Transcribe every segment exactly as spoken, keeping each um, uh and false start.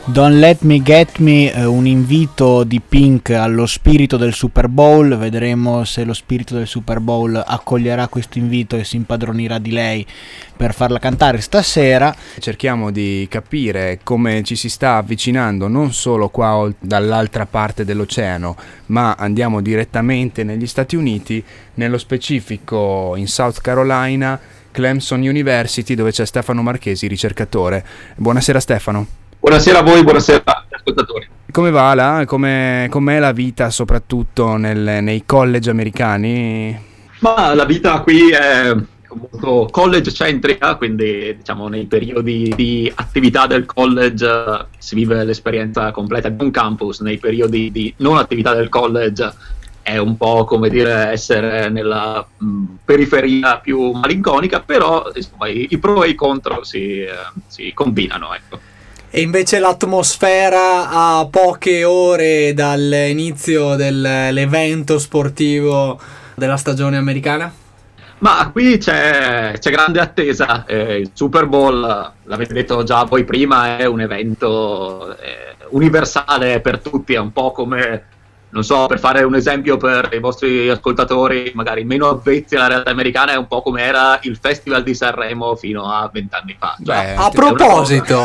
Don't Let Me Get Me, eh, un invito di Pink allo spirito del Super Bowl. Vedremo se lo spirito del Super Bowl accoglierà questo invito e si impadronirà di lei per farla cantare stasera. Cerchiamo di capire come ci si sta avvicinando non solo qua ol- dall'altra parte dell'oceano, ma andiamo direttamente negli Stati Uniti, nello specifico in South Carolina, Clemson University, dove c'è Stefano Marchesi, ricercatore. Buonasera Stefano. Buonasera a voi, buonasera agli ascoltatori. Come va là? Come, com'è la vita soprattutto nel, nei college americani? Ma la vita qui è molto college centrica, quindi diciamo nei periodi di attività del college uh, si vive l'esperienza completa di un campus, nei periodi di non attività del college è un po' come dire essere nella mh, periferia più malinconica, però insomma, i, i pro e i contro si, uh, si combinano, ecco. E invece l'atmosfera a poche ore dall'inizio dell'evento sportivo della stagione americana? Ma qui c'è, c'è grande attesa. Eh, il Super Bowl, l'avete detto già voi prima, è un evento eh, universale per tutti, è un po' come, non so, per fare un esempio per i vostri ascoltatori magari meno avvezzi alla realtà americana, è un po' come era il Festival di Sanremo fino a vent'anni fa. Beh, a proposito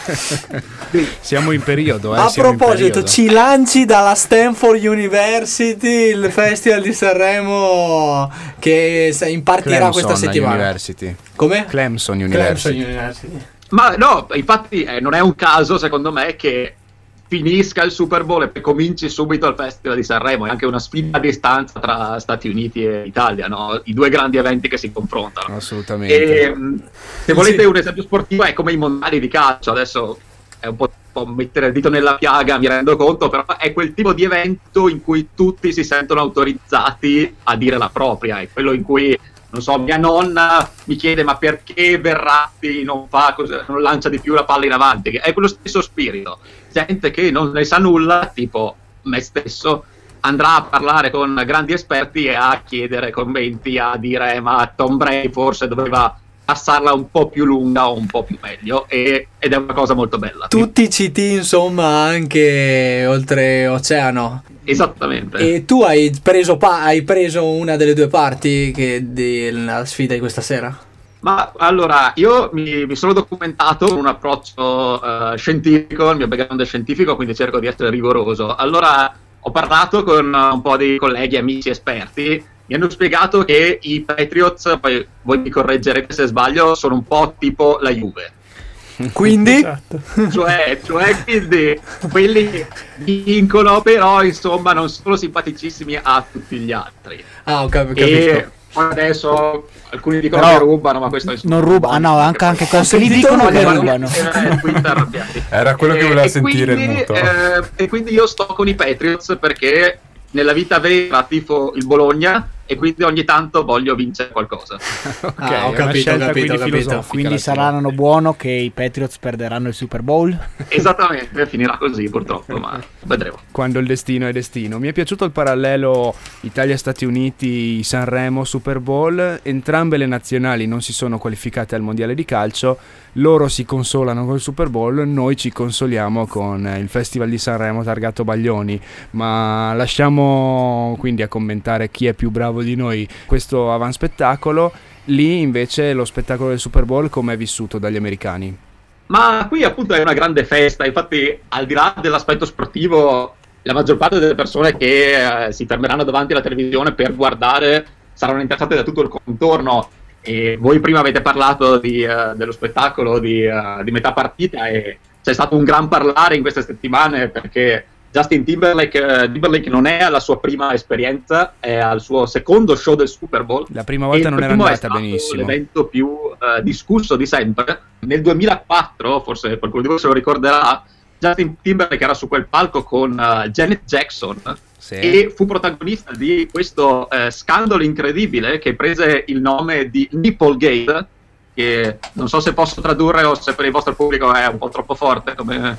siamo in periodo eh, a siamo proposito in periodo. Ci lanci dalla Stanford University il Festival di Sanremo che impartirà Clemson questa settimana. University. Come? Clemson University. Clemson University. Ma no, infatti eh, non è un caso secondo me che finisca il Super Bowl e poi cominci subito il Festival di Sanremo. È anche una sfida a distanza tra Stati Uniti e Italia, no? I due grandi eventi che si confrontano. Assolutamente. E, se volete un esempio sportivo è come i mondiali di calcio. Adesso è un po', un po' mettere il dito nella piaga, mi rendo conto, però è quel tipo di evento in cui tutti si sentono autorizzati a dire la propria. È quello in cui, non so, mia nonna mi chiede ma perché Verratti non fa così, non lancia di più la palla in avanti. È quello stesso spirito. Gente che non ne sa nulla, tipo me stesso, andrà a parlare con grandi esperti e a chiedere commenti, a dire ma Tom Brady forse doveva passarla un po' più lunga o un po' più meglio, e, ed è una cosa molto bella. Tutti C T insomma anche oltre oceano. Esattamente. E tu hai preso, pa- hai preso una delle due parti che della sfida di questa sera? Ma allora, io mi, mi sono documentato con un approccio uh, scientifico, il mio background è scientifico, quindi cerco di essere rigoroso. Allora, ho parlato con un po' di colleghi, amici, esperti, mi hanno spiegato che i Patriots, poi voi mi correggerete se sbaglio, sono un po' tipo la Juve. Quindi? Esatto. Cioè, cioè quindi quelli vincono, però insomma non sono simpaticissimi a tutti gli altri. Ah, ho cap- capisco. E adesso alcuni dicono Però che rubano, ma questo insomma, non ruba, ah no, anche, anche questo li dicono che rubano. Era quello che voleva e sentire quindi, il muto. eh, e quindi io sto con i Patriots perché nella vita vera tifo il Bologna e quindi ogni tanto voglio vincere qualcosa. Ok, Ah, ho è una capito, scelta ho capito, quindi ho capito. filosofica, Quindi la saranno buono che i Patriots perderanno il Super Bowl? Esattamente, finirà così purtroppo, ma vedremo. Quando il destino è destino. Mi è piaciuto il parallelo Italia-Stati Uniti, Sanremo, Super Bowl. Entrambe le nazionali non si sono qualificate al mondiale di calcio. Loro si consolano col Super Bowl, noi ci consoliamo con il Festival di Sanremo targato Baglioni. Ma lasciamo quindi a commentare chi è più bravo di noi questo avanspettacolo. Lì invece lo spettacolo del Super Bowl come è vissuto dagli americani? Ma qui appunto è una grande festa, infatti al di là dell'aspetto sportivo la maggior parte delle persone che eh, si fermeranno davanti alla televisione per guardare saranno interessate da tutto il contorno. E voi prima avete parlato di, uh, dello spettacolo di, uh, di metà partita e c'è stato un gran parlare in queste settimane perché Justin Timberlake, uh, Timberlake non è alla sua prima esperienza, è al suo secondo show del Super Bowl. La prima volta non era andata benissimo. È l'evento più uh, discusso di sempre. Nel duemilaquattro, forse qualcuno di voi se lo ricorderà, Justin Timberlake era su quel palco con uh, Janet Jackson. Sì. E fu protagonista di questo eh, scandalo incredibile che prese il nome di Nipplegate, che non so se posso tradurre o se per il vostro pubblico è un po' troppo forte come,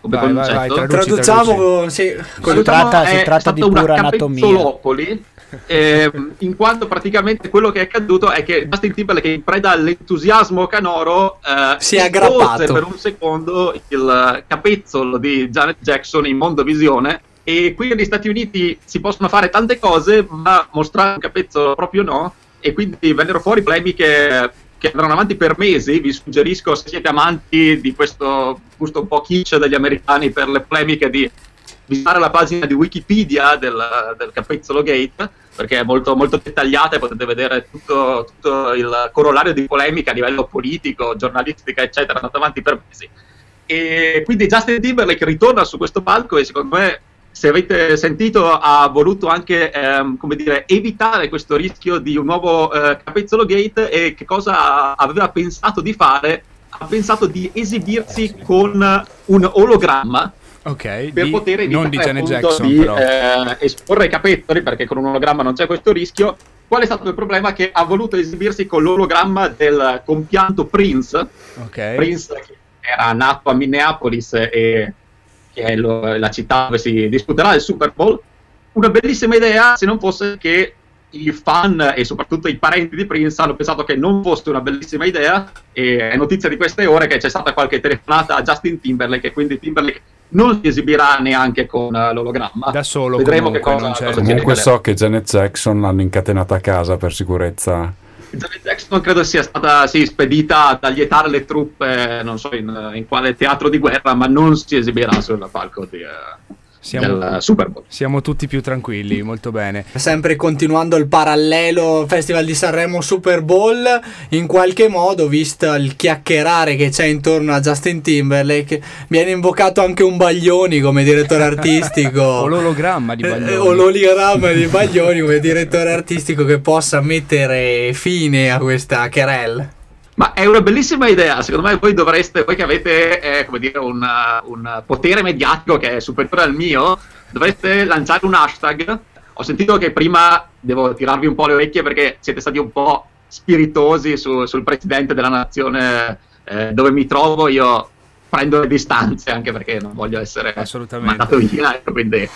come vai, vai, concetto. vai, traduci, Traduciamo, sì, Si tratta, si tratta di pura anatomia. Capezzolopoli, eh, in quanto praticamente quello che è accaduto è che Justin Timberlake, in preda all'entusiasmo canoro, eh, si è aggrappato per un secondo il capezzolo di Janet Jackson in mondovisione, e qui negli Stati Uniti si possono fare tante cose, ma mostrare un capezzolo proprio no, e quindi vennero fuori polemiche che andranno avanti per mesi. Vi suggerisco, se siete amanti di questo gusto un po' kitsch degli americani per le polemiche, di visitare la pagina di Wikipedia del, del Capezzolo Gate, perché è molto, molto dettagliata e potete vedere tutto, tutto il corollario di polemica a livello politico, giornalistica, eccetera, andato avanti per mesi. E quindi Justin Timberlake ritorna su questo palco e secondo me, se avete sentito, ha voluto anche ehm, come dire, evitare questo rischio di un nuovo eh, Capezzolo Gate. E che cosa aveva pensato di fare? Ha pensato di esibirsi con un ologramma, ok, per di, poter evitare non di Janet appunto Jackson, di però. eh, esporre i capezzoli, perché con un ologramma non c'è questo rischio. Qual è stato il problema? Che ha voluto esibirsi con l'ologramma del compianto Prince, Ok. Prince che era nato a Minneapolis e che è lo, la città dove si disputerà il Super Bowl. Una bellissima idea, se non fosse che i fan e soprattutto i parenti di Prince hanno pensato che non fosse una bellissima idea, e è notizia di queste ore che c'è stata qualche telefonata a Justin Timberlake, e quindi Timberlake non si esibirà neanche con uh, l'ologramma. Da solo, vedremo comunque, che cosa, non c'è- cosa Comunque ci so che Janet Jackson l'hanno incatenata a casa per sicurezza. Janet Jackson credo sia stata sì, spedita ad allietare le truppe, non so in, in quale teatro di guerra, ma non si esibirà sul palco di, uh, Siamo, del Super Bowl. siamo tutti più tranquilli, molto bene. Sempre continuando il parallelo Festival di Sanremo Super Bowl, in qualche modo, visto il chiacchierare che c'è intorno a Justin Timberlake, viene invocato anche un Baglioni come direttore artistico. O l'ologramma di Baglioni. Eh, o l'ologramma di Baglioni come direttore artistico, che possa mettere fine a questa querel. Ma è una bellissima idea, secondo me voi dovreste, voi che avete eh, come dire, un, un potere mediatico che è superiore al mio, dovreste lanciare un hashtag. Ho sentito che prima devo tirarvi un po' le orecchie perché siete stati un po' spiritosi su, sul presidente della nazione eh, dove mi trovo. Io prendo le distanze, anche perché non voglio essere Assolutamente. mandato via, quindi eh,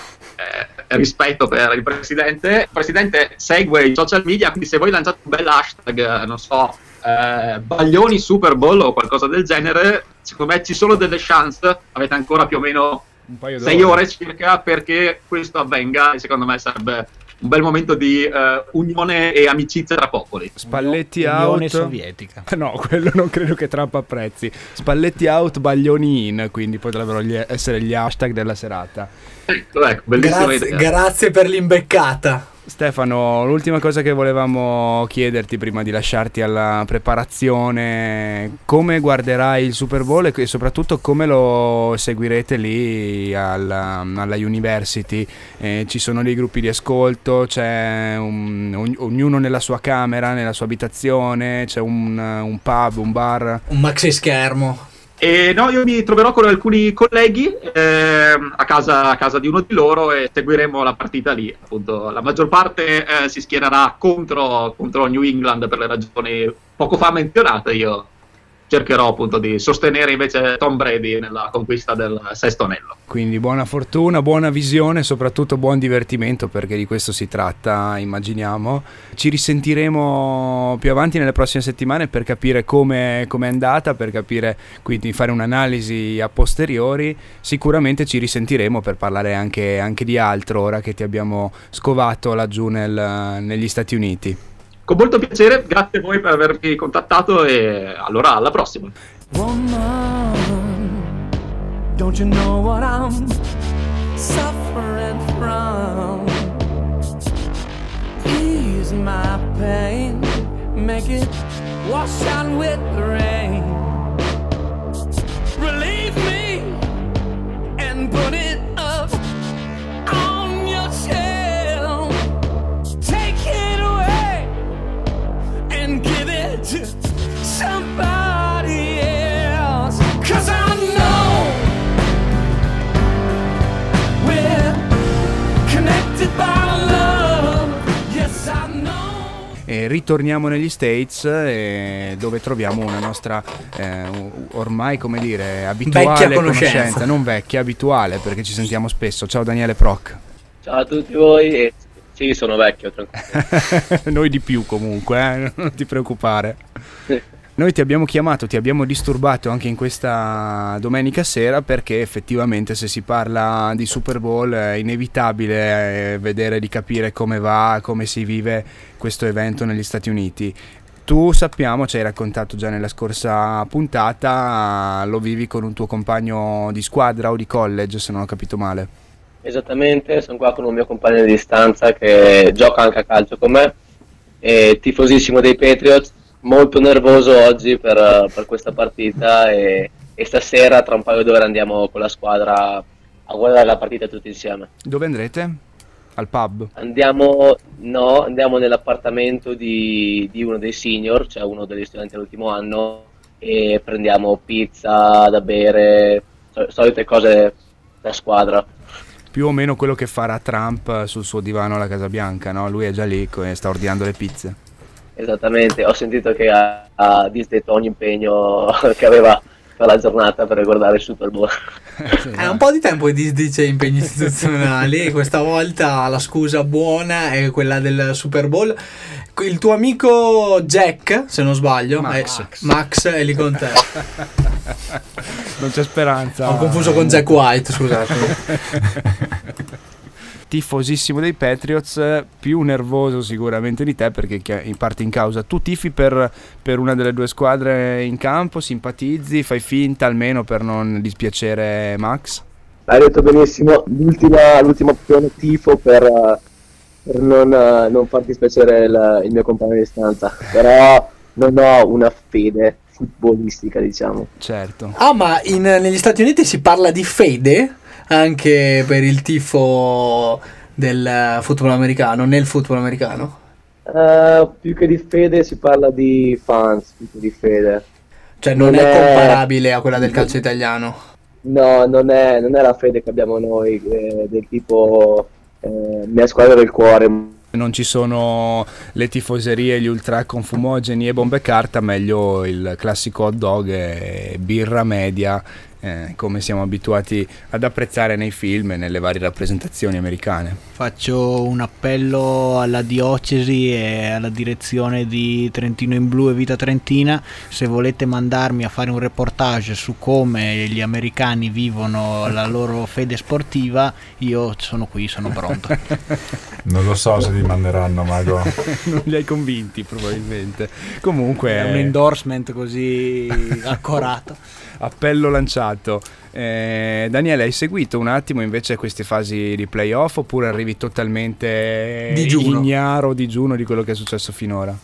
rispetto per il presidente. Il presidente segue i social media, quindi se voi lanciate un bel hashtag, non so, Eh, Baglioni Super Bowl o qualcosa del genere, secondo me ci sono delle chance. Avete ancora più o meno Un paio sei d'ore. ore circa perché questo avvenga, e secondo me sarebbe un bel momento di eh, unione e amicizia tra popoli. Spalletti Unione out. Sovietica. No, quello non credo che Trump apprezzi. Spalletti out, Baglioni in, quindi potrebbero gli- essere gli hashtag della serata. Ecco, ecco, bellissima Grazie, idea. grazie per l'imbeccata. Stefano, l'ultima cosa che volevamo chiederti prima di lasciarti alla preparazione: come guarderai il Super Bowl e soprattutto come lo seguirete lì alla, alla University? Eh, ci sono dei gruppi di ascolto, c'è un, ogn- ognuno nella sua camera, nella sua abitazione, c'è un, un pub, un bar? Un maxi schermo. E no, io mi troverò con alcuni colleghi ehm, a, casa, a casa di uno di loro e seguiremo la partita lì. Appunto, la maggior parte eh, si schiererà contro, contro New England per le ragioni poco fa menzionate. Io cercherò appunto di sostenere invece Tom Brady nella conquista del sesto anello. Quindi buona fortuna, buona visione e soprattutto buon divertimento, perché di questo si tratta, immaginiamo. Ci risentiremo più avanti nelle prossime settimane per capire come è andata, per capire, quindi fare un'analisi a posteriori. Sicuramente ci risentiremo per parlare anche, anche di altro, ora che ti abbiamo scovato laggiù nel, negli Stati Uniti. Con molto piacere, grazie a voi per avermi contattato e allora alla prossima. Woman, don't you know what I'm suffering from? Ease my pain, make it wash out with the rain. Relieve me and put it up on your shelf. Take it away and give it to somebody else. 'Cause I know we're connected by love. Yes, I know. E e ritorniamo negli States, eh, dove troviamo una nostra eh, ormai, come dire, abituale vecchia conoscenza. conoscenza, non vecchia, abituale, perché ci sentiamo spesso. Ciao Daniele Proc. Ciao a tutti voi, e sì, sono vecchio, tranquillo. Noi di più comunque, eh? Non ti preoccupare. Noi ti abbiamo chiamato, ti abbiamo disturbato anche in questa domenica sera perché effettivamente se si parla di Super Bowl è inevitabile eh, vedere, di capire come va, come si vive questo evento negli Stati Uniti. Tu, sappiamo, ci hai raccontato già nella scorsa puntata, lo vivi con un tuo compagno di squadra o di college, se non ho capito male. Esattamente, sono qua con un mio compagno di distanza che gioca anche a calcio con me, e tifosissimo dei Patriots, molto nervoso oggi per, per questa partita e, e stasera tra un paio d'ore andiamo con la squadra a guardare la partita tutti insieme. Dove andrete? Al pub? Andiamo, no, andiamo nell'appartamento di, di uno dei senior, cioè uno degli studenti dell'ultimo anno, e prendiamo pizza da bere, sol- solite cose da squadra. Più o meno quello che farà Trump sul suo divano alla Casa Bianca, no? Lui è già lì e sta ordinando le pizze. Esattamente, ho sentito che ha, ha disdetto ogni impegno che aveva per la giornata per riguardare il Super Bowl. È un po' di tempo che disdice impegni istituzionali, questa volta la scusa buona è quella del Super Bowl. Il tuo amico Jack, se non sbaglio, Max, è, Max è lì con te. Non c'è speranza. Ho confuso con Jack White, scusatemi. Tifosissimo dei Patriots, più nervoso sicuramente di te perché in parte in causa tu tifi per, per una delle due squadre in campo, simpatizzi, fai finta almeno per non dispiacere Max? Hai detto benissimo, l'ultima, l'ultima opzione tifo per, per non, non far dispiacere il, il mio compagno di stanza, però non ho una fede futbolistica, diciamo. Certo. Ah, ma in, negli Stati Uniti si parla di fede anche per il tifo del football americano, nel football americano? Uh, più che di fede si parla di fans, più che di fede. Cioè non, non è, è comparabile a quella del calcio italiano? No, non è, non è la fede che abbiamo noi, eh, del tipo eh, mia squadra del cuore. Non ci sono le tifoserie, gli ultra con fumogeni e bombe carta, meglio il classico hot dog e birra media, eh, come siamo abituati ad apprezzare nei film e nelle varie rappresentazioni americane. Faccio un appello alla diocesi e alla direzione di Trentino in Blu e Vita Trentina: se volete mandarmi a fare un reportage su come gli americani vivono la loro fede sportiva, io sono qui, sono pronto. Non lo so se ti manderanno, Mago. Non li hai convinti probabilmente. Comunque è un endorsement così accorato. Appello lanciato. eh, Daniele, hai seguito un attimo invece queste fasi di playoff oppure arrivi totalmente digiuno. ignaro, digiuno di quello che è successo finora?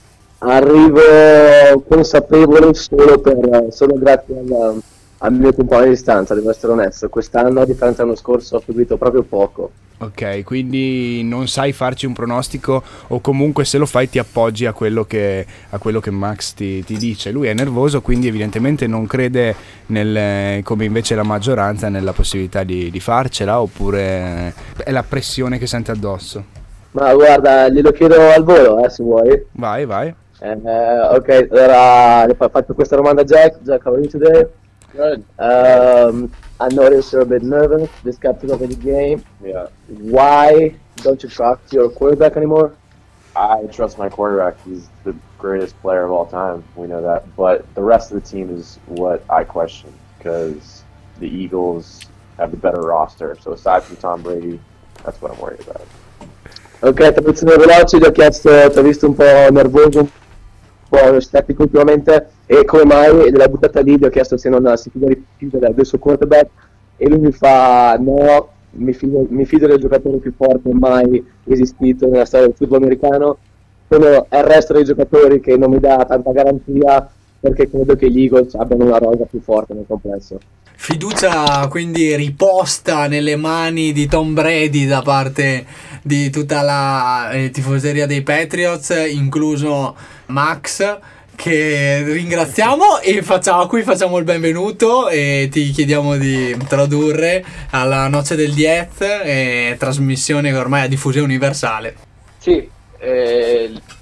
Arrivo consapevole solo, per, solo grazie al, al mio compagno di stanza, devo essere onesto. Quest'anno, a differenza dell'anno scorso, ho seguito proprio poco. Ok, quindi non sai farci un pronostico, o comunque se lo fai ti appoggi a quello che, a quello che Max ti, ti dice. Lui è nervoso, quindi evidentemente non crede nel, come invece la maggioranza, nella possibilità di, di farcela, oppure è la pressione che sente addosso? Ma guarda, glielo chiedo al volo, eh, se vuoi. Vai, vai. Eh, ok, allora faccio questa domanda a Jack. Jack, how are you today? Good. Um, I noticed you're a bit nervous this captain of the game. Yeah, Why don't you trust your quarterback anymore? I trust my quarterback. He's the greatest player of all time. We know that. But the rest of the team is what I question, because the Eagles have the better roster. So aside from Tom Brady, that's what I'm worried about. Ok, traduzione veloce, gli ho chiesto, ti ho visto un po' nervoso, un po' scettico ultimamente, e come mai l'ha buttata lì, gli ho chiesto se non si fida di più del, del suo quarterback, e lui mi fa no, mi fido, mi fido del giocatore più forte mai esistito nella storia del football americano. Sono il resto dei giocatori che non mi dà tanta garanzia, perché credo che gli Eagles abbiano una rosa più forte nel complesso. Fiducia quindi riposta nelle mani di Tom Brady da parte di tutta la eh, tifoseria dei Patriots, incluso Max, che ringraziamo e facciamo, a cui facciamo il benvenuto e ti chiediamo di tradurre alla Noce del Diez, eh, trasmissione che ormai ha diffusione universale. Sì, eh,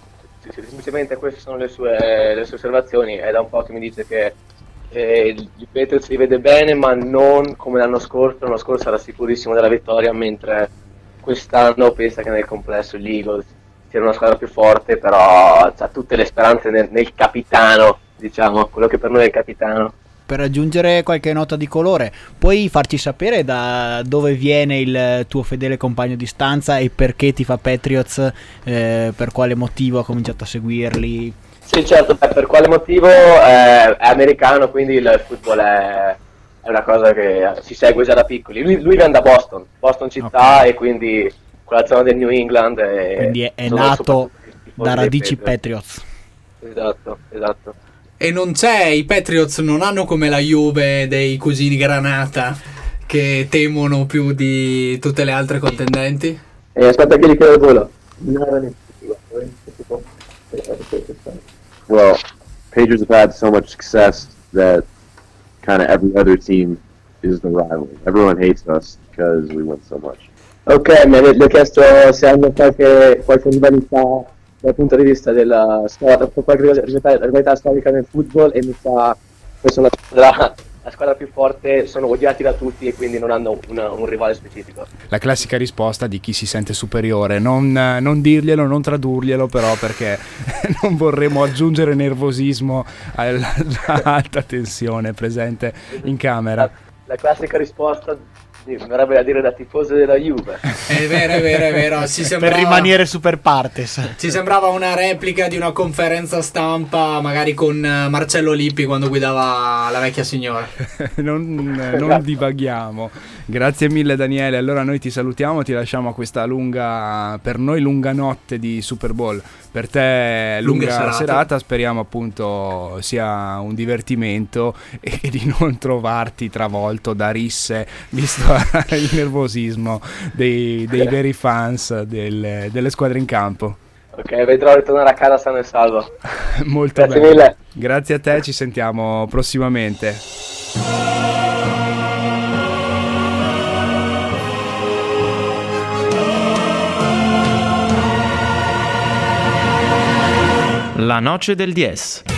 sì, sì, semplicemente queste sono le sue, le sue osservazioni. È da un po' che mi dice che eh, il Patriots li vede bene, ma non come l'anno scorso. L'anno scorso era sicurissimo della vittoria, mentre quest'anno pensa che nel complesso gli Eagles sia una squadra più forte, però ha tutte le speranze nel, nel capitano, diciamo, quello che per noi è il capitano. Per aggiungere qualche nota di colore, puoi farci sapere da dove viene il tuo fedele compagno di stanza e perché ti fa Patriots, eh, per quale motivo ha cominciato a seguirli? Sì, certo, beh, per quale motivo eh, è americano, quindi il football è, è una cosa che si segue già da piccoli. Lui, lui viene da Boston, Boston città, okay. E quindi quella zona del New England. E quindi è, è nato da radici Patriots. Esatto, esatto. E non c'è, i Patriots non hanno come la Juve dei cugini Granata che temono più di tutte le altre contendenti? Eh, aspetta che gli chiedo il volo. Well, Patriots have had so much success that kind of every other team is the rival. Everyone hates us because we win so much. Ok, mi le ho chiesto se hanno qualche, qualche rivalità dal punto di vista della squadra, qualche rivalità storica nel football, e mi sa che sono la, la squadra più forte, sono odiati da tutti e quindi non hanno una, un rivale specifico. La classica risposta di chi si sente superiore, non, non dirglielo, non tradurglielo però, perché non vorremmo aggiungere nervosismo alla alta tensione presente in camera. La, la classica risposta mi verrebbe da dire da tifoso della Juve. È vero, è vero, è vero. Si sembrava, per rimanere super partes. Ci sembrava una replica di una conferenza stampa, magari con Marcello Lippi quando guidava la vecchia signora. non, non divaghiamo. Grazie mille Daniele. Allora noi ti salutiamo, ti lasciamo a questa lunga, per noi lunga notte di Super Bowl. Per te lunga serata. serata, speriamo appunto sia un divertimento e di non trovarti travolto da risse, visto il nervosismo dei, dei veri fans del, delle squadre in campo. Ok, vedrò ritornare a casa sano e salvo. Molto Grazie bene. mille. Grazie a te, ci sentiamo prossimamente. La noce del diez.